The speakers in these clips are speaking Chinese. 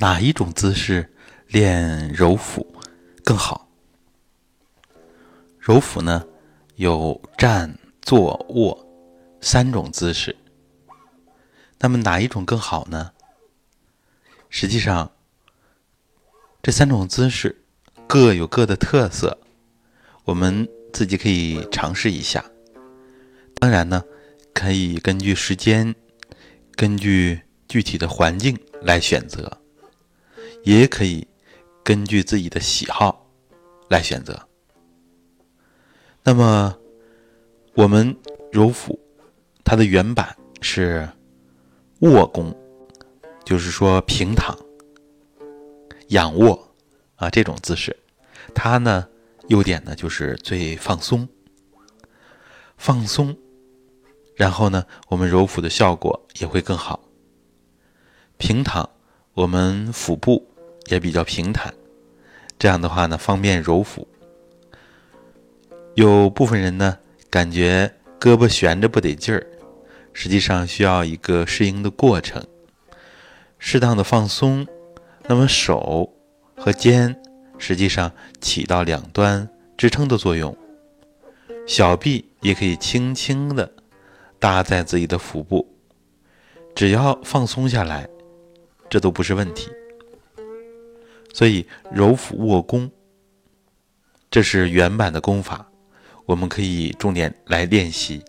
哪一种姿势练揉腹更好？揉腹呢，有站、坐、卧三种姿势。那么哪一种更好呢？实际上，这三种姿势各有各的特色，我们自己可以尝试一下。当然呢，可以根据时间，根据具体的环境来选择，也可以根据自己的喜好来选择。那么我们揉腹它的原版是卧功，就是说平躺仰卧这种姿势。它呢优点呢就是最放松，然后呢我们揉腹的效果也会更好。平躺我们腹部也比较平坦，这样的话呢方便揉腹。有部分人呢感觉胳膊悬着不得劲儿，实际上需要一个适应的过程，适当的放松，那么手和肩实际上起到两端支撑的作用，小臂也可以轻轻的搭在自己的腹部，只要放松下来，这都不是问题。所以揉腹卧功，这是原版的功法，我们可以重点来练习。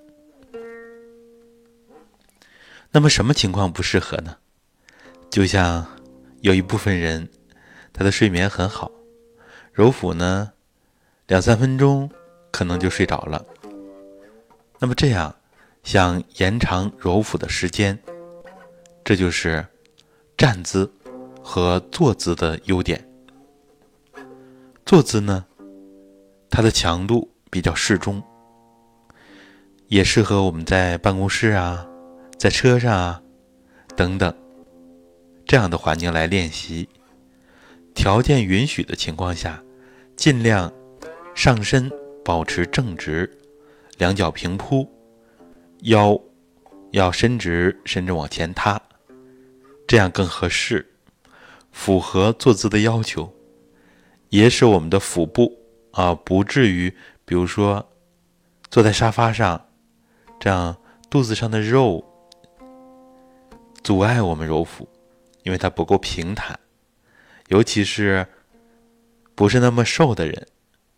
那么什么情况不适合呢？就像有一部分人他的睡眠很好，揉腹呢2-3分钟可能就睡着了。那么这样想延长揉腹的时间，这就是站姿和坐姿的优点。坐姿呢，它的强度比较适中，也适合我们在办公室在车上等等这样的环境来练习。条件允许的情况下，尽量上身保持正直，两脚平铺，腰要伸直，甚至往前塌，这样更合适，符合坐姿的要求，也使我们的腹部不至于比如说坐在沙发上，这样肚子上的肉阻碍我们揉腹，因为它不够平坦，尤其是不是那么瘦的人。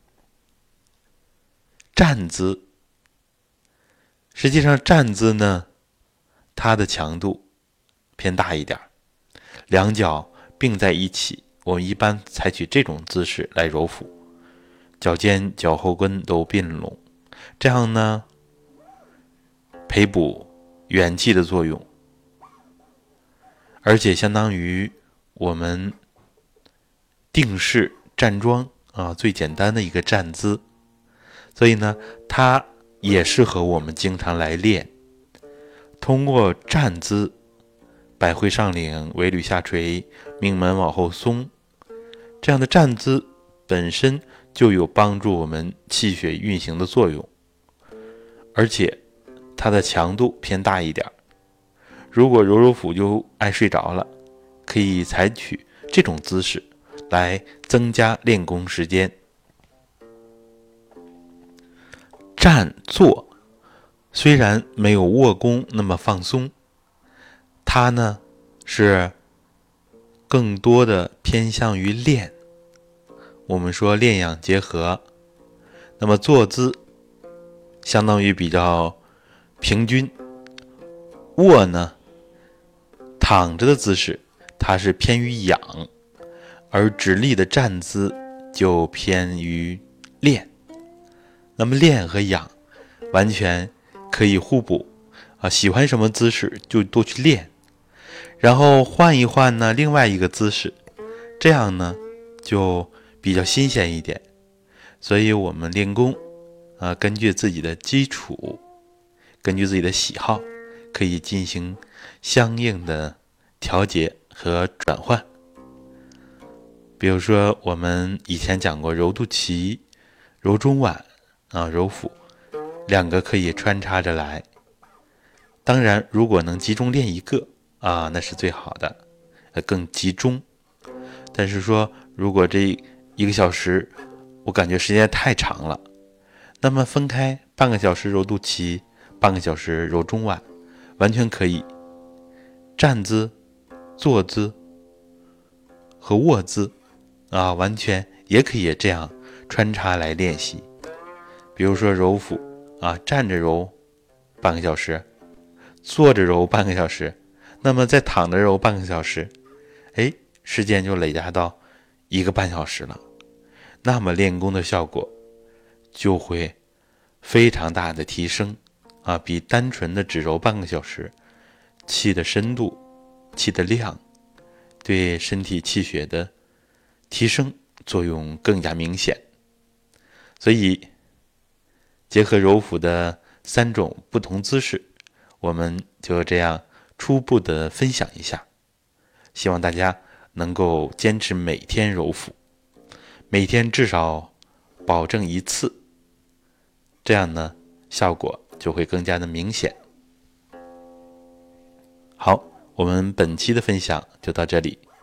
站姿，实际上站姿呢，它的强度偏大一点，两脚并在一起，我们一般采取这种姿势来揉腹，脚尖脚后跟都并拢，这样呢培补元气的作用，而且相当于我们定式站桩最简单的一个站姿，所以呢它也适合我们经常来练。通过站姿，百会上领，尾闾下垂，命门往后松，这样的站姿本身就有帮助我们气血运行的作用，而且它的强度偏大一点。如果揉腹就爱睡着了，可以采取这种姿势来增加练功时间。站坐虽然没有卧功那么放松，它呢是更多的偏向于练，我们说练养结合。那么坐姿相当于比较平均，卧呢躺着的姿势它是偏于养，而直立的站姿就偏于练。那么练和养完全可以互补喜欢什么姿势就多去练，然后换一换呢另外一个姿势，这样呢就比较新鲜一点。所以我们练功根据自己的基础，根据自己的喜好，可以进行相应的调节和转换。比如说我们以前讲过揉肚脐、揉中脘揉腹，两个可以穿插着来。当然如果能集中练一个那是最好的，更集中但是说如果这1个小时我感觉时间太长了，那么分开半个小时揉肚脐，半个小时揉中脘，完全可以。站姿、坐姿和卧姿完全也可以这样穿插来练习。比如说揉腹站着揉半个小时，坐着揉半个小时，那么再躺着揉半个小时，时间就累加到1个半小时了。那么练功的效果就会非常大的提升比单纯的只揉半个小时，气的深度、气的量，对身体气血的提升作用更加明显。所以结合揉腹的3种不同姿势，我们就这样初步的分享一下，希望大家能够坚持每天揉腹，每天至少保证1次，这样呢效果就会更加的明显。好，我们本期的分享就到这里。